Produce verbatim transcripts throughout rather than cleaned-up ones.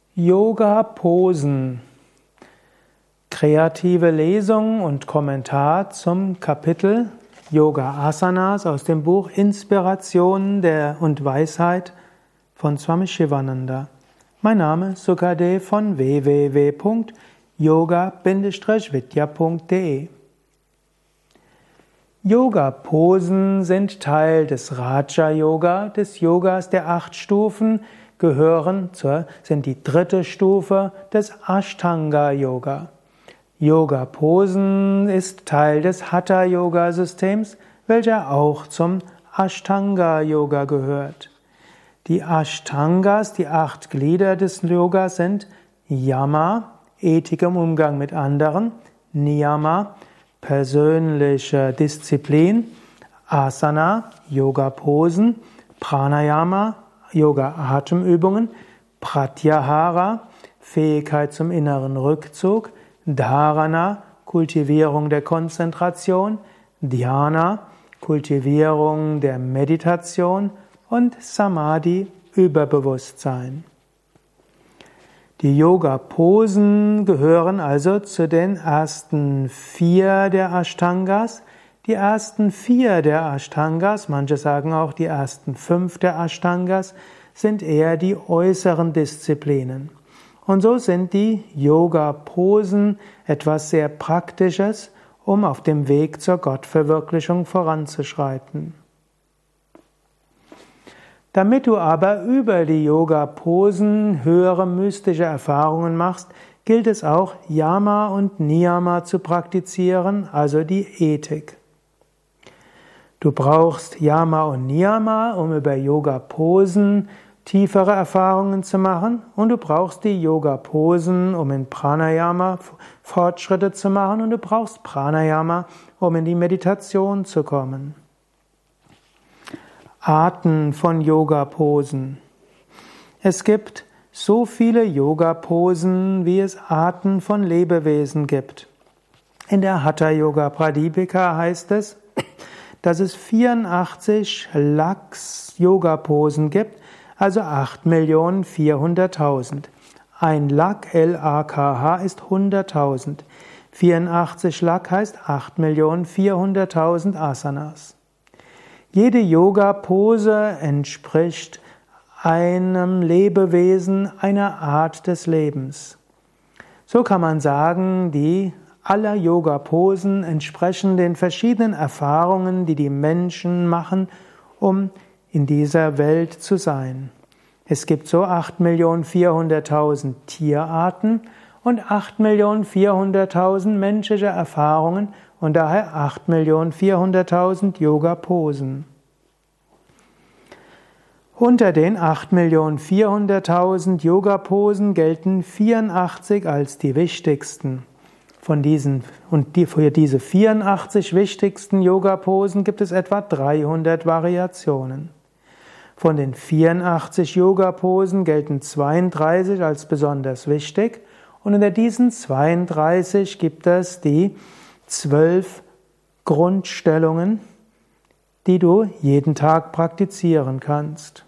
Yoga-Posen. Kreative Lesung und Kommentar zum Kapitel Yoga-Asanas aus dem Buch Inspirationen der und Weisheit von Swami Shivananda. Mein Name ist Sukadev von w w w punkt yoga vidya punkt de. Yoga-Posen sind Teil des Raja-Yoga, des Yogas der acht Stufen, gehören zur, sind die dritte Stufe des Ashtanga-Yoga. Yoga-Posen ist Teil des Hatha-Yoga-Systems, welcher auch zum Ashtanga-Yoga gehört. Die Ashtangas, die acht Glieder des Yogas sind Yama, Ethik im Umgang mit anderen, Niyama, persönliche Disziplin, Asana, Yoga-Posen, Pranayama, Yoga-Atemübungen, Pratyahara, Fähigkeit zum inneren Rückzug, Dharana, Kultivierung der Konzentration, Dhyana, Kultivierung der Meditation und Samadhi, Überbewusstsein. Die Yoga-Posen gehören also zu den ersten vier der Ashtangas. Die ersten vier der Ashtangas, manche sagen auch die ersten fünf der Ashtangas, sind eher die äußeren Disziplinen. Und so sind die Yoga-Posen etwas sehr Praktisches, um auf dem Weg zur Gottverwirklichung voranzuschreiten. Damit du aber über die Yoga-Posen höhere mystische Erfahrungen machst, gilt es auch, Yama und Niyama zu praktizieren, also die Ethik. Du brauchst Yama und Niyama, um über Yoga-Posen tiefere Erfahrungen zu machen, und du brauchst die Yoga-Posen, um in Pranayama Fortschritte zu machen, und du brauchst Pranayama, um in die Meditation zu kommen. Arten von Yoga-Posen. Es gibt so viele Yoga-Posen, wie es Arten von Lebewesen gibt. In der Hatha-Yoga-Pradipika heißt es, dass es vierundachtzig Lakhs-Yoga-Posen gibt, also acht Millionen vierhunderttausend. Ein Lakh, L A K H, ist hunderttausend. vierundachtzig Lakh heißt acht Millionen vierhunderttausend Asanas. Jede Yoga-Pose entspricht einem Lebewesen, einer Art des Lebens. So kann man sagen, die aller Yoga-Posen entsprechen den verschiedenen Erfahrungen, die die Menschen machen, um in dieser Welt zu sein. Es gibt so acht Millionen vierhunderttausend Tierarten und acht Millionen vierhunderttausend menschliche Erfahrungen und daher acht Millionen vierhunderttausend Yoga-Posen. Unter den acht Millionen vierhunderttausend Yoga-Posen gelten vierundachtzig als die wichtigsten. Von diesen, und die, für diese vierundachtzig wichtigsten Yoga-Posen gibt es etwa dreihundert Variationen. Von den vierundachtzig Yoga-Posen gelten zweiunddreißig als besonders wichtig, und unter diesen zweiunddreißig gibt es die zwölf Grundstellungen, die du jeden Tag praktizieren kannst.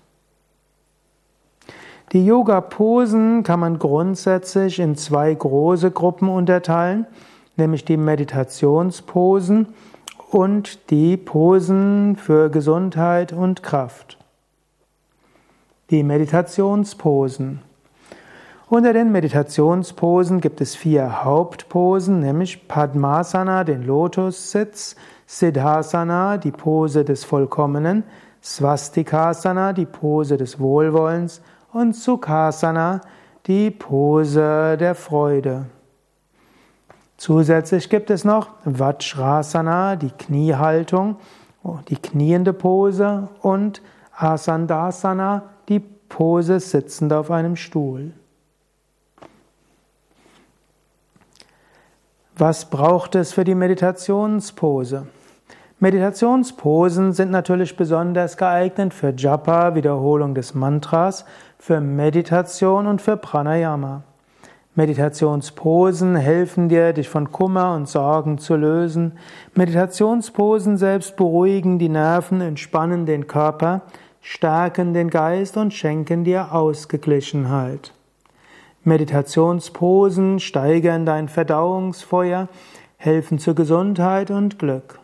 Die Yoga-Posen kann man grundsätzlich in zwei große Gruppen unterteilen, nämlich die Meditationsposen und die Posen für Gesundheit und Kraft. Die Meditationsposen. Unter den Meditationsposen gibt es vier Hauptposen, nämlich Padmasana, den Lotussitz, Siddhasana, die Pose des Vollkommenen, Swastikasana, die Pose des Wohlwollens, und Sukhasana, die Pose der Freude. Zusätzlich gibt es noch Vajrasana, die Kniehaltung, die kniende Pose, und Asandasana, die Pose sitzend auf einem Stuhl. Was braucht es für die Meditationspose? Meditationsposen sind natürlich besonders geeignet für Japa, Wiederholung des Mantras, für Meditation und für Pranayama. Meditationsposen helfen dir, dich von Kummer und Sorgen zu lösen. Meditationsposen selbst beruhigen die Nerven, entspannen den Körper, stärken den Geist und schenken dir Ausgeglichenheit. Meditationsposen steigern dein Verdauungsfeuer, helfen zur Gesundheit und Glück.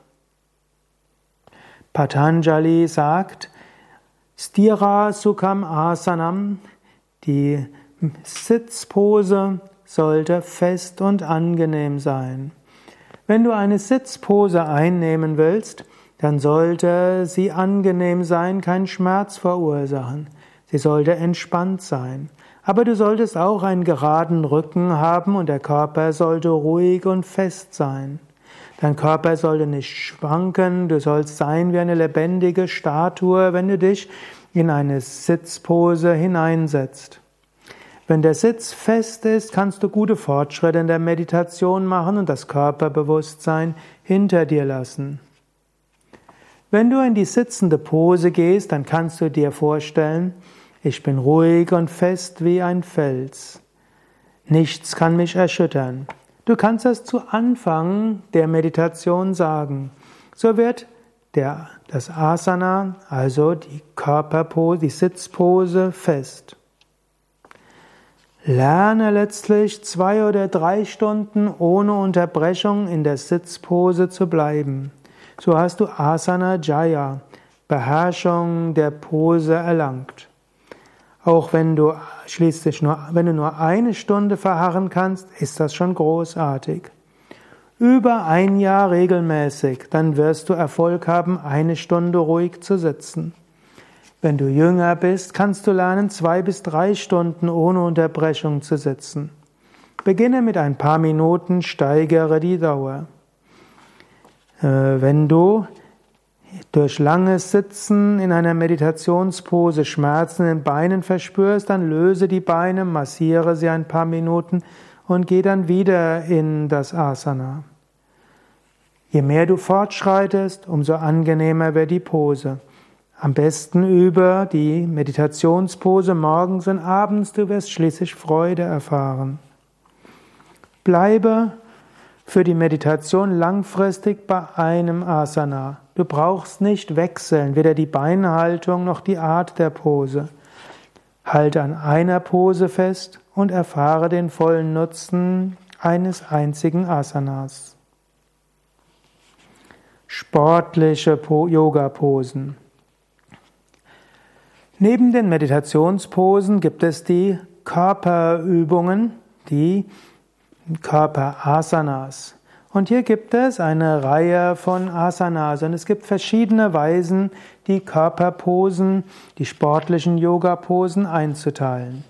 Patanjali sagt, Sthira Sukham Asanam, die Sitzpose sollte fest und angenehm sein. Wenn du eine Sitzpose einnehmen willst, dann sollte sie angenehm sein, keinen Schmerz verursachen. Sie sollte entspannt sein. Aber du solltest auch einen geraden Rücken haben und der Körper sollte ruhig und fest sein. Dein Körper sollte nicht schwanken, du sollst sein wie eine lebendige Statue, wenn du dich in eine Sitzpose hineinsetzt. Wenn der Sitz fest ist, kannst du gute Fortschritte in der Meditation machen und das Körperbewusstsein hinter dir lassen. Wenn du in die sitzende Pose gehst, dann kannst du dir vorstellen, ich bin ruhig und fest wie ein Fels. Nichts kann mich erschüttern. Du kannst das zu Anfang der Meditation sagen. So wird der, das Asana, also die Körperpose, die Sitzpose fest. Lerne letztlich zwei oder drei Stunden ohne Unterbrechung in der Sitzpose zu bleiben. So hast du Asana Jaya, Beherrschung der Pose erlangt. Auch wenn du schließlich nur, wenn du nur eine Stunde verharren kannst, ist das schon großartig. Über ein Jahr regelmäßig, dann wirst du Erfolg haben, eine Stunde ruhig zu sitzen. Wenn du jünger bist, kannst du lernen, zwei bis drei Stunden ohne Unterbrechung zu sitzen. Beginne mit ein paar Minuten, steigere die Dauer. Wenn du durch langes Sitzen in einer Meditationspose Schmerzen in den Beinen verspürst, dann löse die Beine, massiere sie ein paar Minuten und geh dann wieder in das Asana. Je mehr du fortschreitest, umso angenehmer wird die Pose. Am besten über die Meditationspose morgens und abends, du wirst schließlich Freude erfahren. Bleibe für die Meditation langfristig bei einem Asana. Du brauchst nicht wechseln, weder die Beinhaltung noch die Art der Pose. Halte an einer Pose fest und erfahre den vollen Nutzen eines einzigen Asanas. Sportliche Yoga-Posen. Neben den Meditationsposen gibt es die Körperübungen, die Körperasanas. Und hier gibt es eine Reihe von Asanas und es gibt verschiedene Weisen, die Körperposen, die sportlichen Yoga-Posen einzuteilen.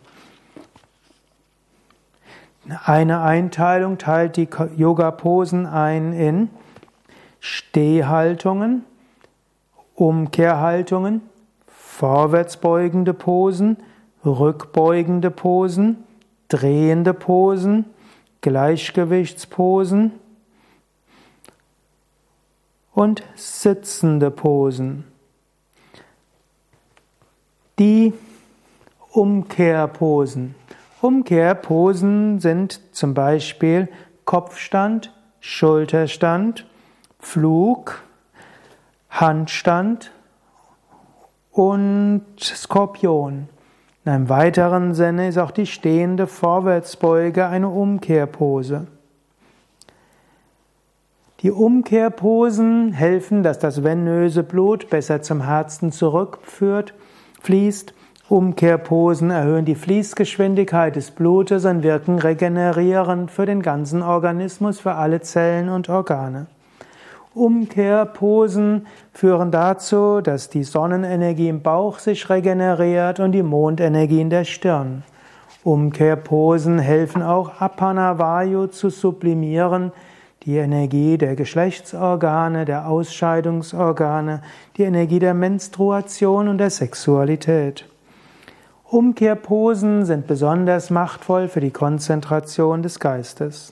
Eine Einteilung teilt die Yoga-Posen ein in Stehhaltungen, Umkehrhaltungen, vorwärtsbeugende Posen, rückbeugende Posen, drehende Posen, Gleichgewichtsposen und sitzende Posen. Die Umkehrposen. Umkehrposen sind zum Beispiel Kopfstand, Schulterstand, Pflug, Handstand und Skorpion. In einem weiteren Sinne ist auch die stehende Vorwärtsbeuge eine Umkehrpose. Die Umkehrposen helfen, dass das venöse Blut besser zum Herzen zurückführt, fließt. Umkehrposen erhöhen die Fließgeschwindigkeit des Blutes und wirken regenerierend für den ganzen Organismus, für alle Zellen und Organe. Umkehrposen führen dazu, dass die Sonnenenergie im Bauch sich regeneriert und die Mondenergie in der Stirn. Umkehrposen helfen auch, Apana Vayu zu sublimieren, die Energie der Geschlechtsorgane, der Ausscheidungsorgane, die Energie der Menstruation und der Sexualität. Umkehrposen sind besonders machtvoll für die Konzentration des Geistes.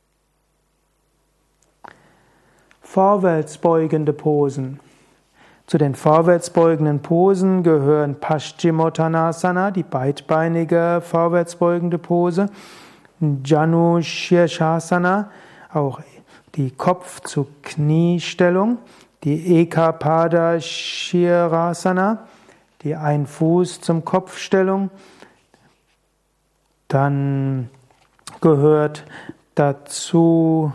Vorwärtsbeugende Posen. Zu den vorwärtsbeugenden Posen gehören Paschimottanasana, die beidbeinige vorwärtsbeugende Pose, Janu Shirshasana, auch die Kopf-zu-Knie-Stellung, die Ekapada Shirasana, die Ein-Fuß-zum-Kopf-Stellung, Dann gehört dazu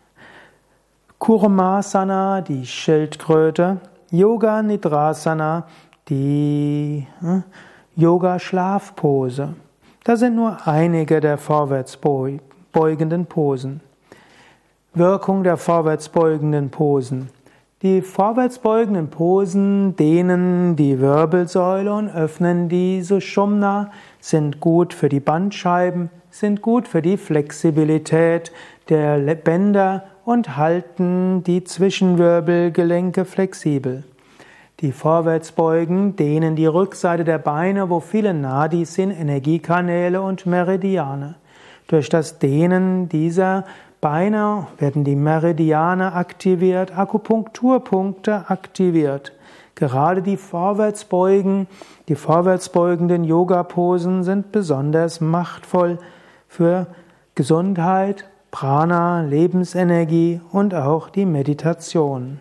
Kurmasana, die Schildkröte, Yoga Nidrasana, die äh, Yoga-Schlafpose. Das sind nur einige der vorwärtsbeugenden Posen. Wirkung der vorwärtsbeugenden Posen. Die vorwärtsbeugenden Posen dehnen die Wirbelsäule und öffnen die Sushumna, sind gut für die Bandscheiben, sind gut für die Flexibilität der Bänder und halten die Zwischenwirbelgelenke flexibel. Die Vorwärtsbeugen dehnen die Rückseite der Beine, wo viele Nadis sind, Energiekanäle und Meridiane. Durch das Dehnen dieser Beine werden die Meridiane aktiviert, Akupunkturpunkte aktiviert. Gerade die Vorwärtsbeugen, die vorwärtsbeugenden Yoga-Posen sind besonders machtvoll für Gesundheit, Prana, Lebensenergie und auch die Meditation.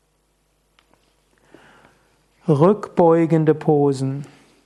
Rückbeugende Posen.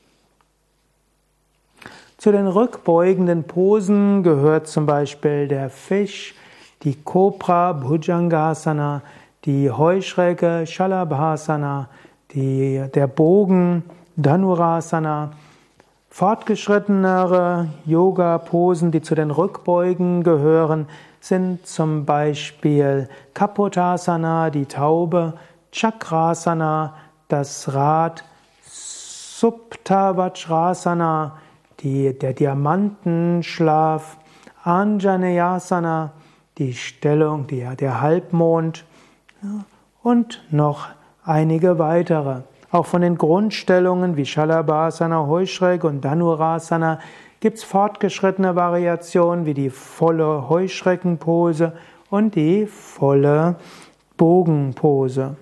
Zu den rückbeugenden Posen gehört zum Beispiel der Fisch, die Kobra Bhujangasana, die Heuschrecke Shalabhasana, die, der Bogen Dhanurasana. Fortgeschrittenere Yoga-Posen, die zu den Rückbeugen gehören, sind zum Beispiel Kapotasana, die Taube, Chakrasana, das Rad, Supta Vajrasana, die, der Diamantenschlaf, Anjaneyasana, die Stellung, die, der Halbmond und noch einige weitere. Auch von den Grundstellungen wie Shalabhasana, Heuschrecke und Dhanurasana gibt es fortgeschrittene Variationen wie die volle Heuschreckenpose und die volle Bogenpose.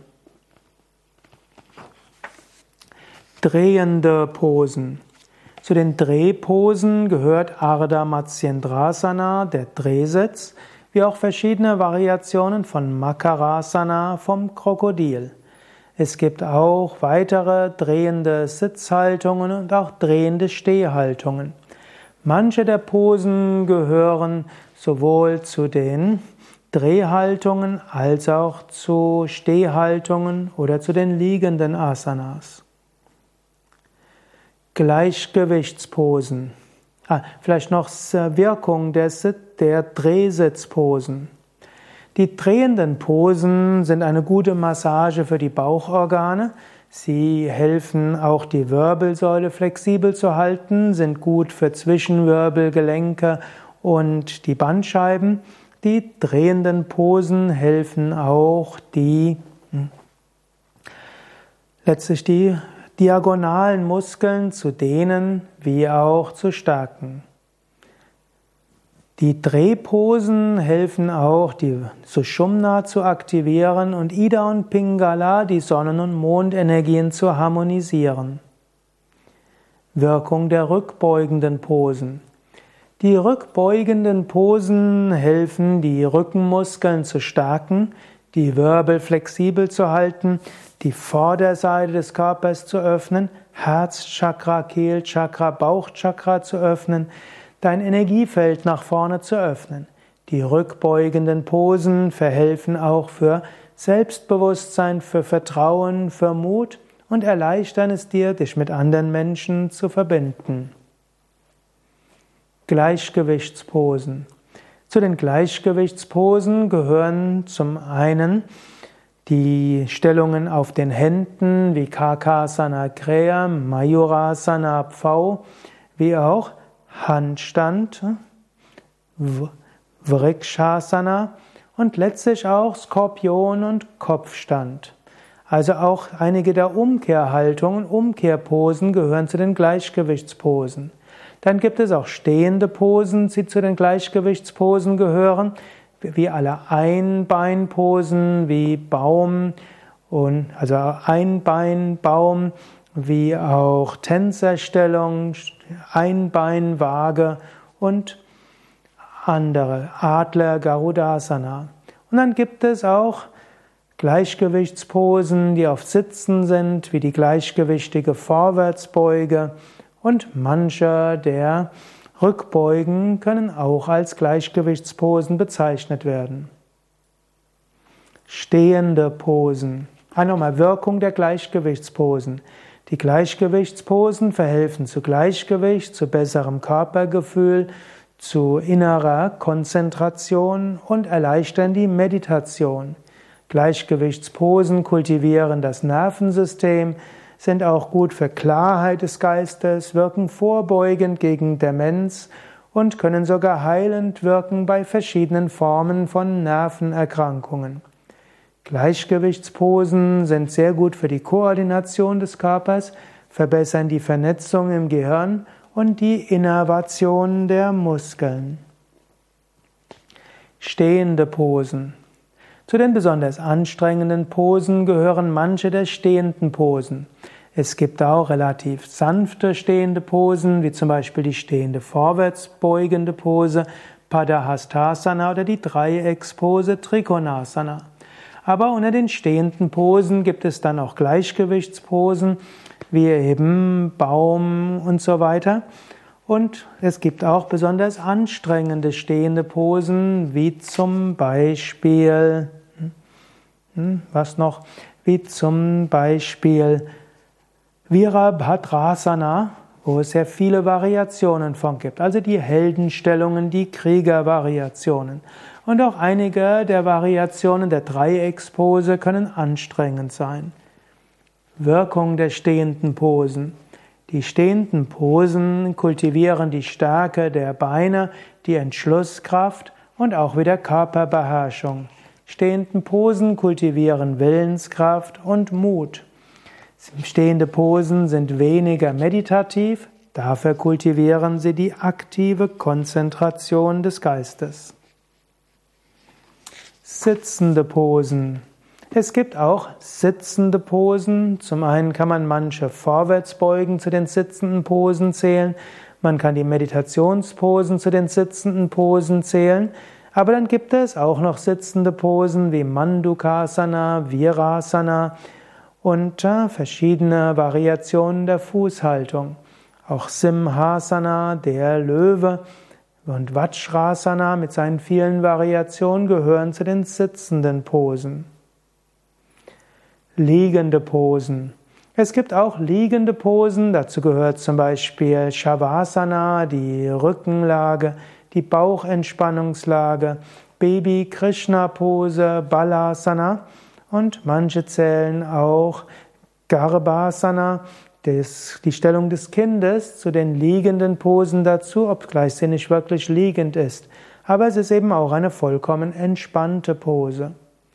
Drehende Posen. Zu den Drehposen gehört Ardha Matsyendrasana, der Drehsitz, wie auch verschiedene Variationen von Makarasana, vom Krokodil. Es gibt auch weitere drehende Sitzhaltungen und auch drehende Stehhaltungen. Manche der Posen gehören sowohl zu den Drehhaltungen als auch zu Stehhaltungen oder zu den liegenden Asanas. Gleichgewichtsposen. Ah, vielleicht noch Wirkung der, der Drehsitzposen. Die drehenden Posen sind eine gute Massage für die Bauchorgane. Sie helfen auch die Wirbelsäule flexibel zu halten, sind gut für Zwischenwirbelgelenke und die Bandscheiben. Die drehenden Posen helfen auch die letztlich die diagonalen Muskeln zu dehnen wie auch zu stärken. Die Drehposen helfen auch, die Sushumna zu aktivieren und Ida und Pingala, die Sonnen- und Mondenergien zu harmonisieren. Wirkung der rückbeugenden Posen. Die rückbeugenden Posen helfen, die Rückenmuskeln zu stärken, die Wirbel flexibel zu halten, die Vorderseite des Körpers zu öffnen, Herzchakra, Kehlchakra, Bauchchakra zu öffnen, dein Energiefeld nach vorne zu öffnen. Die rückbeugenden Posen verhelfen auch für Selbstbewusstsein, für Vertrauen, für Mut und erleichtern es dir, dich mit anderen Menschen zu verbinden. Gleichgewichtsposen. Zu den Gleichgewichtsposen gehören zum einen die Stellungen auf den Händen wie Kakasana Kriya, Mayurasana Pfau, wie auch Handstand, Vrikshasana und letztlich auch Skorpion und Kopfstand. Also auch einige der Umkehrhaltungen, Umkehrposen gehören zu den Gleichgewichtsposen. Dann gibt es auch stehende Posen, die zu den Gleichgewichtsposen gehören, wie alle Einbeinposen, wie Baum und also Einbeinbaum, wie auch Tänzerstellung, Einbeinwaage und andere, Adler, Garudasana. Und dann gibt es auch Gleichgewichtsposen, die auf Sitzen sind, wie die gleichgewichtige Vorwärtsbeuge und manche der Rückbeugen können auch als Gleichgewichtsposen bezeichnet werden. Stehende Posen. Einmal Wirkung der Gleichgewichtsposen. Die Gleichgewichtsposen verhelfen zu Gleichgewicht, zu besserem Körpergefühl, zu innerer Konzentration und erleichtern die Meditation. Gleichgewichtsposen kultivieren das Nervensystem, sind auch gut für Klarheit des Geistes, wirken vorbeugend gegen Demenz und können sogar heilend wirken bei verschiedenen Formen von Nervenerkrankungen. Gleichgewichtsposen sind sehr gut für die Koordination des Körpers, verbessern die Vernetzung im Gehirn und die Innervation der Muskeln. Stehende Posen. Zu den besonders anstrengenden Posen gehören manche der stehenden Posen. Es gibt auch relativ sanfte stehende Posen, wie zum Beispiel die stehende vorwärtsbeugende Pose, Padahastasana oder die Dreieckspose Trikonasana. Aber unter den stehenden Posen gibt es dann auch Gleichgewichtsposen, wie eben Baum und so weiter. Und es gibt auch besonders anstrengende stehende Posen, wie zum Beispiel, was noch, wie zum Beispiel Virabhadrasana, wo es sehr viele Variationen von gibt. Also die Heldenstellungen, die Kriegervariationen. Und auch einige der Variationen der Dreieckspose können anstrengend sein. Wirkung der stehenden Posen. Die stehenden Posen kultivieren die Stärke der Beine, die Entschlusskraft und auch wieder Körperbeherrschung. Stehenden Posen kultivieren Willenskraft und Mut. Stehende Posen sind weniger meditativ, dafür kultivieren sie die aktive Konzentration des Geistes. Sitzende Posen. Es gibt auch sitzende Posen. Zum einen kann man manche Vorwärtsbeugen zu den sitzenden Posen zählen. Man kann die Meditationsposen zu den sitzenden Posen zählen. Aber dann gibt es auch noch sitzende Posen wie Mandukasana, Virasana und äh, verschiedene Variationen der Fußhaltung. Auch Simhasana, der Löwe, und Vajrasana mit seinen vielen Variationen gehören zu den sitzenden Posen. Liegende Posen. Es gibt auch liegende Posen, dazu gehört zum Beispiel Shavasana, die Rückenlage, die Bauchentspannungslage, Baby-Krishna-Pose, Balasana und manche zählen auch Garbhasana, Das, die Stellung des Kindes zu den liegenden Posen dazu, obgleich sie nicht wirklich liegend ist. Aber es ist eben auch eine vollkommen entspannte Pose.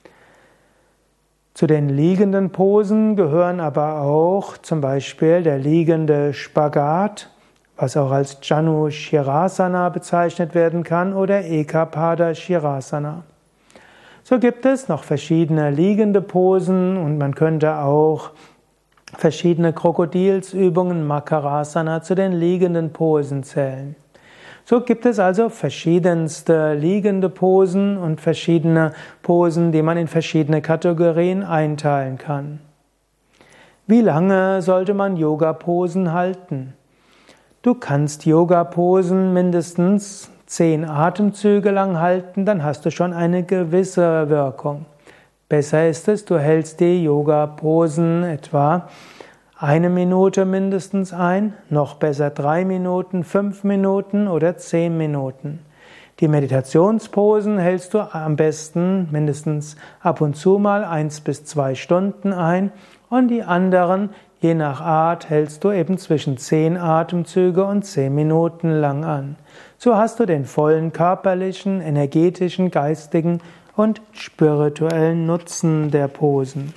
Zu den liegenden Posen gehören aber auch zum Beispiel der liegende Spagat, was auch als Janu Shirasana bezeichnet werden kann, oder Ekapada Shirasana. So gibt es noch verschiedene liegende Posen und man könnte auch verschiedene Krokodilsübungen, Makarasana, zu den liegenden Posen zählen. So gibt es also verschiedenste liegende Posen und verschiedene Posen, die man in verschiedene Kategorien einteilen kann. Wie lange sollte man Yoga-Posen halten? Du kannst Yoga-Posen mindestens zehn Atemzüge lang halten, dann hast du schon eine gewisse Wirkung. Besser ist es, du hältst die Yoga-Posen etwa eine Minute mindestens ein, noch besser drei Minuten, fünf Minuten oder zehn Minuten. Die Meditationsposen hältst du am besten mindestens ab und zu mal eins bis zwei Stunden ein und die anderen, je nach Art, hältst du eben zwischen zehn Atemzüge und zehn Minuten lang an. So hast du den vollen körperlichen, energetischen, geistigen und spirituellen Nutzen der Posen.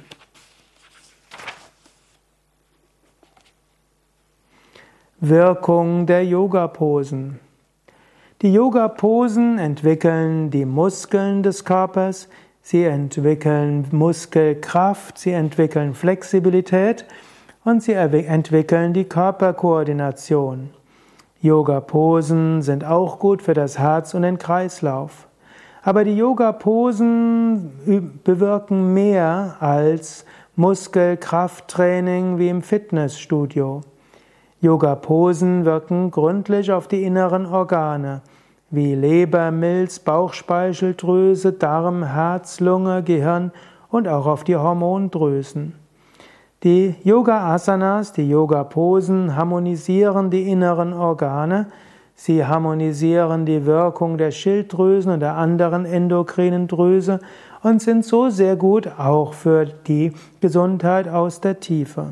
Wirkung der Yoga-Posen. Die Yoga-Posen entwickeln die Muskeln des Körpers, sie entwickeln Muskelkraft, sie entwickeln Flexibilität und sie entwickeln die Körperkoordination. Yoga-Posen sind auch gut für das Herz und den Kreislauf. Aber die Yoga-Posen bewirken mehr als Muskelkrafttraining wie im Fitnessstudio. Yoga-Posen wirken gründlich auf die inneren Organe, wie Leber, Milz, Bauchspeicheldrüse, Darm, Herz, Lunge, Gehirn und auch auf die Hormondrüsen. Die Yoga-Asanas, die Yoga-Posen harmonisieren die inneren Organe, sie harmonisieren die Wirkung der Schilddrüsen und der anderen endokrinen Drüse und sind so sehr gut auch für die Gesundheit aus der Tiefe.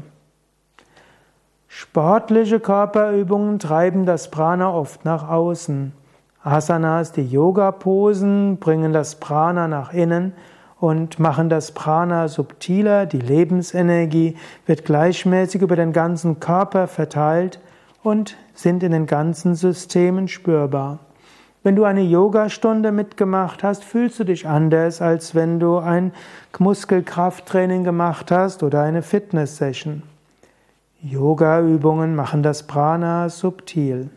Sportliche Körperübungen treiben das Prana oft nach außen. Asanas, die Yoga-Posen, bringen das Prana nach innen und machen das Prana subtiler, die Lebensenergie wird gleichmäßig über den ganzen Körper verteilt und sind in den ganzen Systemen spürbar. Wenn du eine Yogastunde mitgemacht hast, fühlst du dich anders, als wenn du ein Muskelkrafttraining gemacht hast oder eine Fitness-Session. Yoga-Übungen machen das Prana subtil.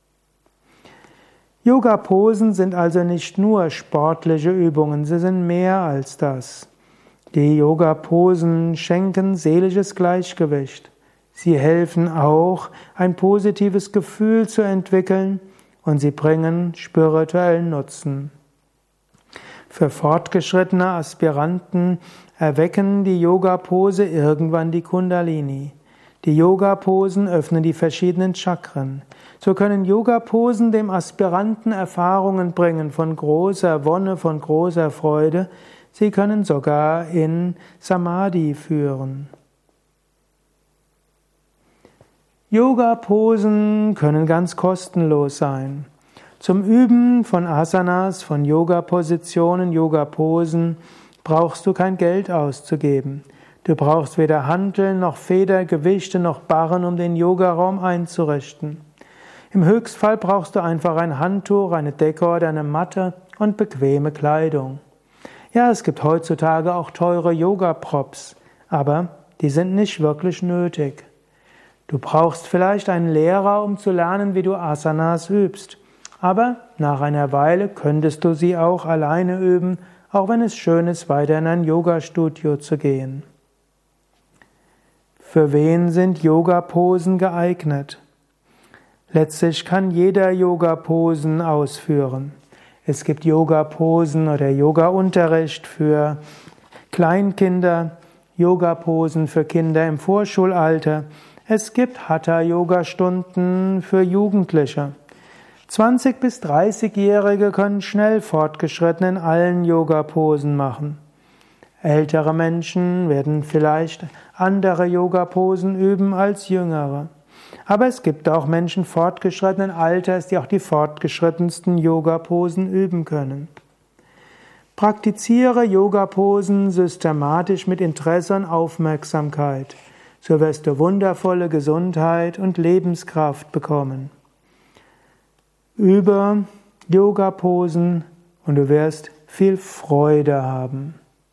Yoga-Posen sind also nicht nur sportliche Übungen, sie sind mehr als das. Die Yoga-Posen schenken seelisches Gleichgewicht. Sie helfen auch, ein positives Gefühl zu entwickeln und sie bringen spirituellen Nutzen. Für fortgeschrittene Aspiranten erwecken die Yoga-Pose irgendwann die Kundalini. Die Yoga-Posen öffnen die verschiedenen Chakren. So können Yoga-Posen dem Aspiranten Erfahrungen bringen von großer Wonne, von großer Freude. Sie können sogar in Samadhi führen. Yoga-Posen können ganz kostenlos sein. Zum Üben von Asanas, von Yoga-Positionen, Yoga-Posen brauchst du kein Geld auszugeben. Du brauchst weder Hanteln noch Feder, Gewichte noch Barren, um den Yogaraum einzurichten. Im Höchstfall brauchst du einfach ein Handtuch, eine Decke oder eine Matte und bequeme Kleidung. Ja, es gibt heutzutage auch teure Yoga-Props, aber die sind nicht wirklich nötig. Du brauchst vielleicht einen Lehrer, um zu lernen, wie du Asanas übst. Aber nach einer Weile könntest du sie auch alleine üben, auch wenn es schön ist, weiter in ein Yoga-Studio zu gehen. Für wen sind Yoga-Posen geeignet? Letztlich kann jeder Yoga-Posen ausführen. Es gibt Yoga-Posen oder Yoga-Unterricht für Kleinkinder, Yoga-Posen für Kinder im Vorschulalter. Es gibt Hatha-Yoga-Stunden für Jugendliche. zwanzig- bis dreißigjährige können schnell Fortgeschrittene in allen Yoga-Posen machen. Ältere Menschen werden vielleicht andere Yoga-Posen üben als jüngere. Aber es gibt auch Menschen fortgeschrittenen Alters, die auch die fortgeschrittensten Yoga-Posen üben können. Praktiziere Yoga-Posen systematisch mit Interesse und Aufmerksamkeit. So wirst du wundervolle Gesundheit und Lebenskraft bekommen. Übe Yoga-Posen und du wirst viel Freude haben.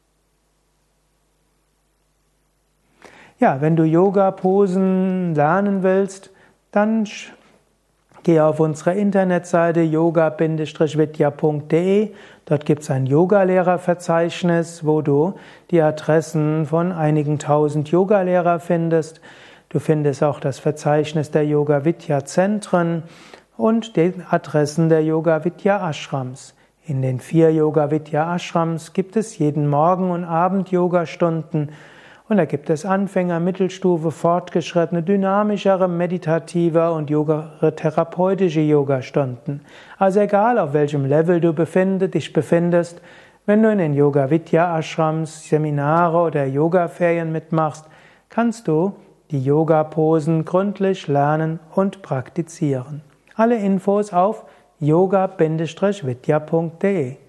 Ja, wenn du Yoga-Posen lernen willst, dann geh auf unsere Internetseite yoga Bindestrich vidya Punkt de. Dort gibt es ein Yogalehrerverzeichnis, wo du die Adressen von einigen tausend Yogalehrer findest. Du findest auch das Verzeichnis der Yoga-Vidya-Zentren und die Adressen der Yoga-Vidya-Ashrams. In den vier Yoga-Vidya-Ashrams gibt es jeden Morgen und Abend Yogastunden. Und da gibt es Anfänger, Mittelstufe, fortgeschrittene, dynamischere, meditative und therapeutische Yogastunden. Also egal, auf welchem Level du dich befindest, wenn du in den Yoga-Vidya-Ashrams Seminare oder Yoga-Ferien mitmachst, kannst du die Yoga-Posen gründlich lernen und praktizieren. Alle Infos auf yoga Bindestrich vidya Punkt de.